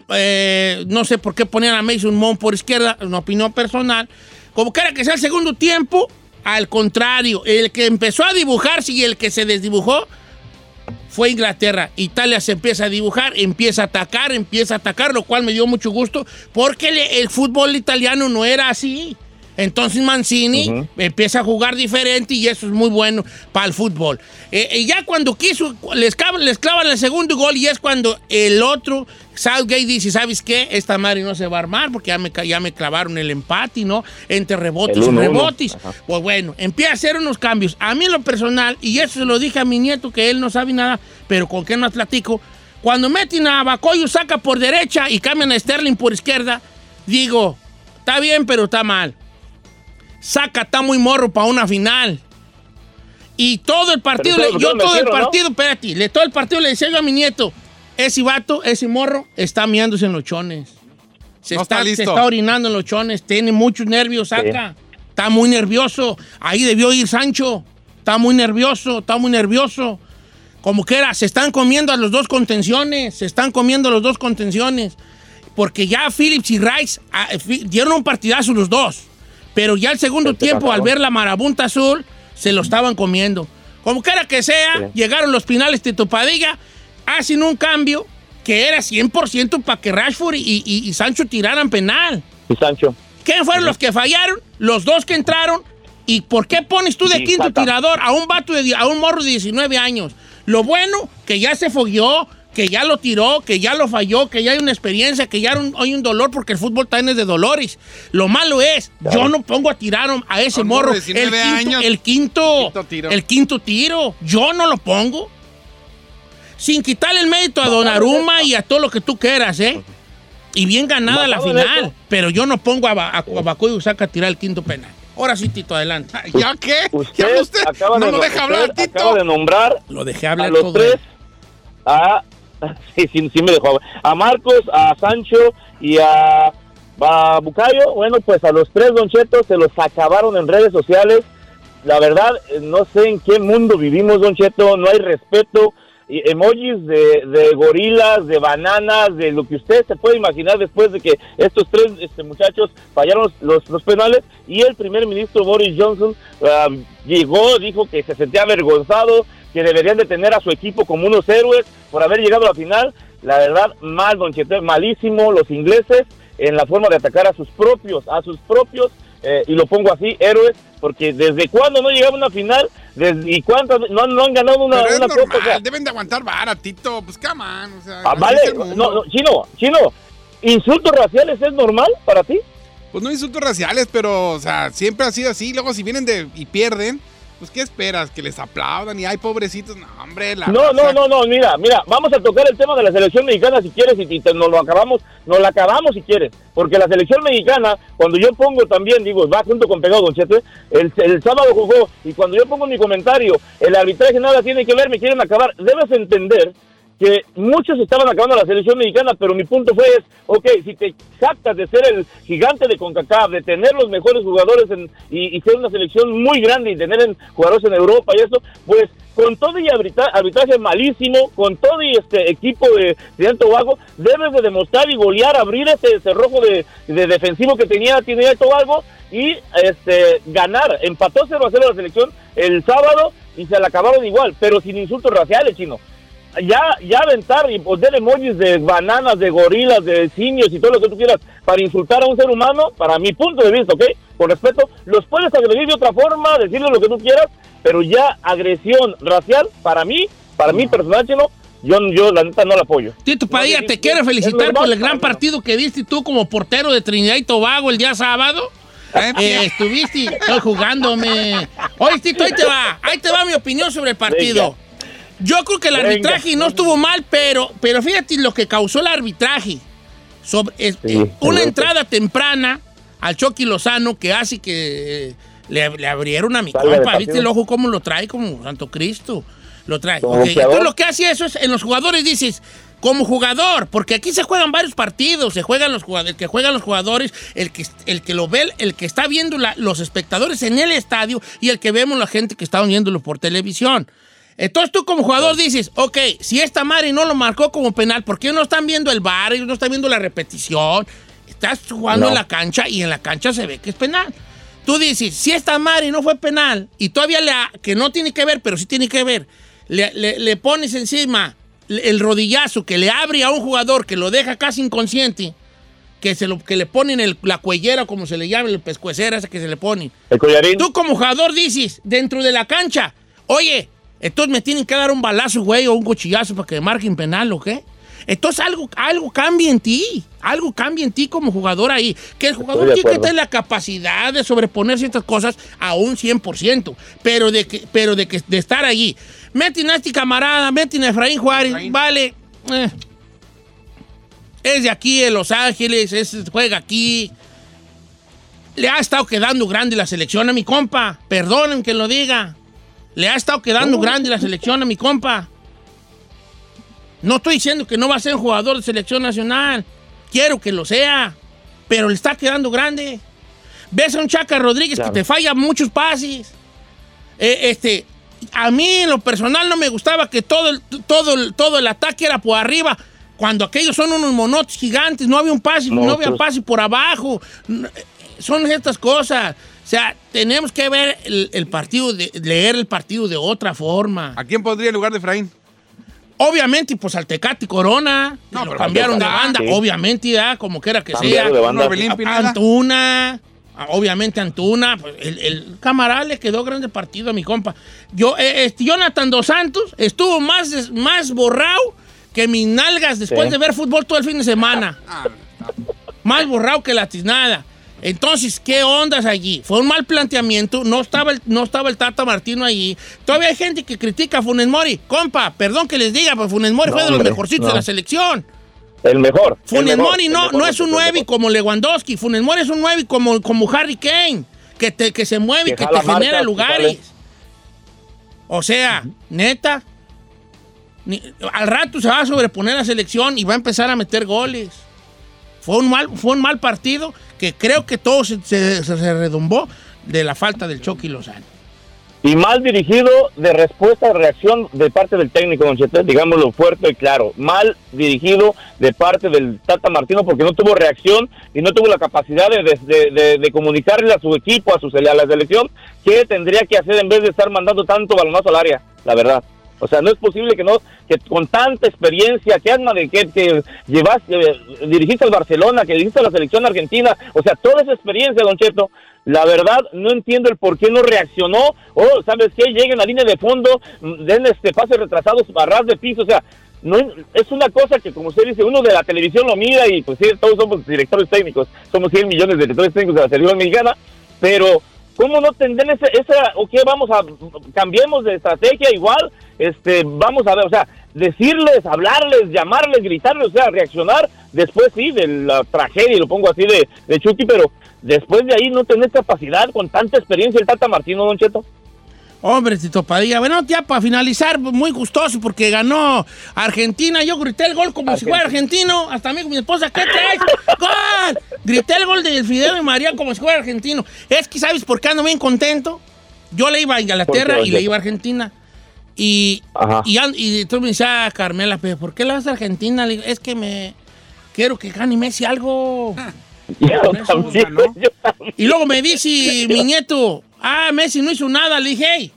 Eh, no sé por qué ponían a Mason Mount por izquierda, una opinión personal. Como quiera que sea el segundo tiempo, al contrario, el que empezó a dibujarse y el que se desdibujó fue Inglaterra. Italia se empieza a dibujar, empieza a atacar, empieza a atacar, lo cual me dio mucho gusto porque el, el fútbol italiano no era así. Entonces Mancini uh-huh. empieza a jugar diferente y eso es muy bueno para el fútbol. Eh, y ya cuando quiso, les clavan, les clavan el segundo gol y es cuando el otro, Southgate, dice, ¿sabes qué? Esta madre no se va a armar porque ya me, ya me clavaron el empate, ¿no? Entre rebotes y rebotes. Pues bueno, empieza a hacer unos cambios. A mí en lo personal, y eso se lo dije a mi nieto, que él no sabe nada, pero con qué más platico, cuando meten a Bacoyo, saca por derecha y cambian a Sterling por izquierda, digo, está bien, pero está mal. Saca, está muy morro para una final. Y todo el partido, le, yo todo el partido, ¿no? espérate, le, todo el partido le decía yo a mi nieto, ese vato, ese morro, está miándose en los chones. Se, no está, está se está orinando en los chones, tiene muchos nervios, saca. Sí. Está muy nervioso. Ahí debió ir Sancho. Está muy nervioso, está muy nervioso. Como que era, se están comiendo a los dos contenciones, se están comiendo los dos contenciones. Porque ya Phillips y Rice a, dieron un partidazo los dos. Pero ya el segundo este tiempo, al ver la marabunta azul, se lo estaban comiendo. Como quiera que sea, sí. Llegaron los finales de Topadilla, hacen un cambio que era cien por ciento para que Rashford y, y, y Sancho tiraran penal. Y Sancho. ¿Quién fueron uh-huh. los que fallaron? Los dos que entraron. ¿Y por qué pones tú de sí, quinto saca. tirador a un vato de, a un morro de diecinueve años? Lo bueno, que ya se fogueó, que ya lo tiró, que ya lo falló, que ya hay una experiencia, que ya hay un, hay un dolor, porque el fútbol también es de dolores. Lo malo es, claro. Yo no pongo a tirar a ese no, morro el quinto, años, el, quinto, el, quinto tiro. el quinto tiro. Yo no lo pongo. Sin quitarle el mérito a Donnarumma y a todo lo que tú quieras, ¿eh? Y bien ganada la final, pero yo no pongo a, a, a Bacoyo Saca a tirar el quinto penal. Ahora sí, Tito, adelante. ¿Ya qué? Usted, ¿Ya usted? Acaba no de, lo deja hablar, usted Tito. Acaba de nombrar lo dejé hablar a los todo tres, a... Sí, sí, sí me dejó. A Marcos, a Sancho y a, a Bucayo, bueno, pues a los tres, Don Cheto, se los acabaron en redes sociales. La verdad, no sé en qué mundo vivimos, Don Cheto, no hay respeto, emojis de, de gorilas, de bananas, de lo que usted se puede imaginar después de que estos tres este, muchachos fallaron los, los penales, y el primer ministro Boris Johnson um, llegó, dijo que se sentía avergonzado, que deberían de tener a su equipo como unos héroes por haber llegado a la final. La verdad, mal, Don Cheto, malísimo los ingleses en la forma de atacar a sus propios, a sus propios, eh, y lo pongo así, héroes, porque desde cuándo no llegaba a una final, desde, y cuántas no, no han ganado una, Pero es una normal, copa, o sea, deben de aguantar vara, Tito, pues come on, o sea, ah, así vale, es el mundo. no, no, chino, chino, insultos raciales es normal para ti. Pues no insultos raciales, pero, o sea, siempre ha sido así. Luego, si vienen de y pierden, pues, ¿qué esperas? ¿Que les aplaudan? Y hay pobrecitos. No, hombre, la No, raza. no, no, no, mira, mira, vamos a tocar el tema de la selección mexicana si quieres, y, y te- nos lo acabamos, nos la acabamos si quieres, porque la selección mexicana, cuando yo pongo también, digo, va junto con Pegado, Don Cheto, el, el sábado jugó, y cuando yo pongo mi comentario, el arbitraje nada tiene que ver, me quieren acabar, debes entender que muchos estaban acabando la selección mexicana, pero mi punto fue, es, ok, si te jactas de ser el gigante de CONCACAF, de tener los mejores jugadores en, y, y ser una selección muy grande y tener en, jugadores en Europa y eso, pues con todo y arbitra, arbitraje malísimo, con todo y este equipo de Trinidad y Tobago, debes de demostrar y golear, abrir ese cerrojo de, de defensivo que tenía Trinidad y Tobago y este ganar. Empató cero a cero la selección el sábado y se la acabaron igual, pero sin insultos raciales, chino. Ya, ya aventar y poner emojis de bananas, de gorilas, de simios y todo lo que tú quieras para insultar a un ser humano, para mi punto de vista, ¿ok? Con respeto, los puedes agredir de otra forma, decirle lo que tú quieras, pero ya agresión racial, para mí, para mí personal, chino, yo, yo la neta no la apoyo. Tito Padilla, No, te es- quiero es felicitar normal, por el gran para mí no. partido que diste tú como portero de Trinidad y Tobago el día sábado. Eh, estuviste, estoy jugándome. Oye, Tito, ahí te va, ahí te va mi opinión sobre el partido. Venga. Yo creo que el Venga. arbitraje no estuvo mal, pero, pero fíjate lo que causó el arbitraje. Sobre, es- Sí, eh, una correcto. entrada temprana al Chucky Lozano que hace que eh, le, le abrieron a mi Salga del compa. partido. ¿Viste el ojo cómo lo trae? Como Santo Cristo. Lo trae. Como Ok, boxeador. entonces lo que hace eso es, en los jugadores dices, como jugador, porque aquí se juegan varios partidos, se juegan los jugadores, el que juegan los jugadores, el que, el que lo ve, el que está viendo la- los espectadores en el estadio y el que vemos la gente que está viéndolo por televisión. Entonces tú como jugador dices, ok, si esta madre no lo marcó como penal, ¿por qué no están viendo el V A R? Ellos no están viendo la repetición. Estás jugando No. en la cancha y en la cancha se ve que es penal. Tú dices, si esta madre no fue penal y todavía le ha- que no tiene que ver, pero sí tiene que ver, le, le- le pones encima el rodillazo que le abre a un jugador que lo deja casi inconsciente, que, se lo, que le ponen el- la cuellera, como se le llama, el pescuecera ese que se le pone. El collarín. Tú como jugador dices, dentro de la cancha, oye, entonces me tienen que dar un balazo, güey, o un cuchillazo para que me marquen penal, ¿o qué? Entonces algo, algo cambia en ti, algo cambia en ti como jugador ahí. Que el jugador de tiene que acuerdo. tener la capacidad de sobreponer ciertas cosas a un cien por ciento, pero de que, pero de que de estar allí. Meten a este camarada, meten a Efraín Juárez, Efraín. vale. eh. Es de aquí, de Los Ángeles, es, juega aquí. Le ha estado quedando grande la selección a mi compa. Perdonen que lo diga. Le ha estado quedando grande la selección a mi compa. No estoy diciendo que no va a ser un jugador de selección nacional. Quiero que lo sea. Pero le está quedando grande. Ves a un Chaca Rodríguez Claro. que te falla muchos pases. Eh, este, a mí en lo personal no me gustaba que todo el, todo el, todo el ataque era por arriba. Cuando aquellos son unos monotes gigantes, no había un pase, no había Monstruos. pase por abajo. No, eh, Son estas cosas. O sea, tenemos que ver el, el partido, de, leer el partido de otra forma. ¿A quién pondría en lugar de Efraín? Obviamente, pues al Tecate Corona, No, que lo pero cambiaron de Tecate, banda, sí. obviamente, ya, como quiera que sea. Cambiaron de banda. Orbelín A- Pineda. Antuna, a- obviamente Antuna, pues, el, el camarada le quedó grande partido a mi compa. Yo, eh, este, Jonathan Dos Santos estuvo más, des- más borrado que mis nalgas después Sí. de ver fútbol todo el fin de semana. Ah, Más borrado que la tiznada. Entonces, ¿qué ondas allí? Fue un mal planteamiento, no estaba el, no estaba el Tata Martino allí. Todavía hay gente que critica a Funes Mori. Compa, perdón que les diga, pero Funes Mori No, fue de los hombre, mejorcitos no. de la selección. El mejor. el Funes mejor, Mori el no, mejor, no es un el nueve mejor. como Lewandowski. Funes Mori es un nueve como, como Harry Kane, que, te, que se mueve y Que que te jala genera marcas, que lugares. sale. O sea, neta, ni- al rato se va a sobreponer la selección y va a empezar a meter goles. Fue un mal, fue un mal partido que creo que todo se, se, se redumbó de la falta del Chucky Lozano. y mal dirigido de respuesta, de reacción de parte del técnico, don Cheto, digámoslo fuerte y claro, mal dirigido de parte del Tata Martino porque no tuvo reacción y no tuvo la capacidad de, de, de, de comunicarle a su equipo, a, su, a la selección, qué tendría que hacer en vez de estar mandando tanto balonazo al área, la verdad. O sea, no es posible que no, que con tanta experiencia que, que, que llevaste, eh, dirigiste al Barcelona, que dirigiste a la selección argentina, o sea, toda esa experiencia, don Cheto, la verdad no entiendo el por qué no reaccionó, o oh, ¿sabes qué? Lleguen a línea de fondo, den este pases retrasados a ras de piso, o sea, no es una cosa que, como usted dice, uno de la televisión lo mira y pues sí, todos somos directores técnicos, somos cien millones de directores técnicos de la selección mexicana, pero ¿cómo no tendrán esa, esa, o qué vamos a, cambiemos de estrategia igual, este, vamos a ver, o sea, decirles, hablarles, llamarles, gritarles, o sea, reaccionar después sí de la tragedia, lo pongo así de, de Chucky, pero después de ahí no tener capacidad con tanta experiencia el Tata Martino, don Cheto. Hombre, Tito Padilla. Bueno, ya para finalizar, muy gustoso porque ganó Argentina. Yo grité el gol como Argentina. Si fuera argentino. Hasta a mí con mi esposa, ¿qué traes? ¡Gol! Grité el gol de Fidel y María como si fuera argentino. Es que, ¿sabes por qué ando bien contento? Yo le iba a Inglaterra y le iba a Argentina. Y, y, y, y tú me decías, Carmela, ¿por qué le vas a Argentina? Le digo, es que me quiero que gane Messi algo. Yo también, ¿no? Yo también. Y luego me dice mi nieto, ah, Messi no hizo nada. Le dije, hey,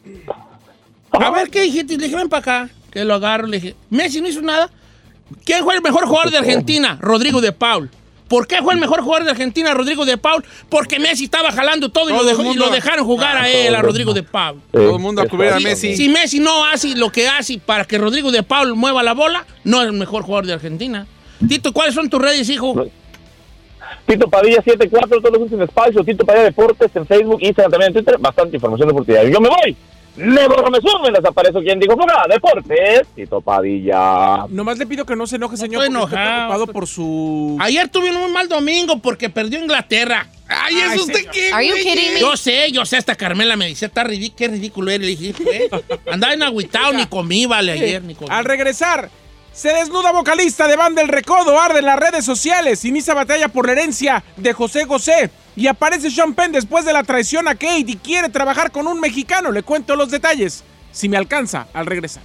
a ver, ¿qué dijiste? Le dije, ven para acá. Que lo agarro. Le dije, Messi no hizo nada. ¿Quién fue el mejor jugador de Argentina? Rodrigo de Paul. ¿Por qué fue el mejor jugador de Argentina, Rodrigo de Paul? Porque Messi estaba jalando todo, todo y, lo dejó, y lo dejaron jugar ah, a él, a Rodrigo de Paul. Todo el mundo a cubrir a Messi. Si Messi no hace lo que hace para que Rodrigo de Paul mueva la bola, no es el mejor jugador de Argentina. Tito, ¿cuáles son tus redes, hijo? Tito Padilla setenta y cuatro, todos los en espacio, Tito Padilla Deportes en Facebook, Instagram, también en Twitter, bastante información deportiva. Yo me voy. Me borro, me subo, me desaparezco. ¿Quién dijo fuga? Deportes, Tito Padilla. Nomás le pido que no se enoje, señor, no porque está preocupado por su... Ayer tuve un muy mal domingo porque perdió Inglaterra. Ay, ¿eso Ay, usted qué? Are you kidding me? Yo sé, yo sé, hasta Carmela me dice, está ridículo, qué ridículo eres. Le dije, ¿eh? Andaba en agüitao, ni comí, vale, ayer, ni comí. Al regresar, se desnuda vocalista de Banda El Recodo, arde en las redes sociales, inicia batalla por la herencia de José José y aparece Sean Penn después de la traición a Kate y quiere trabajar con un mexicano. Le cuento los detalles, si me alcanza, al regresar.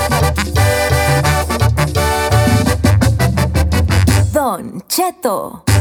Don Cheto.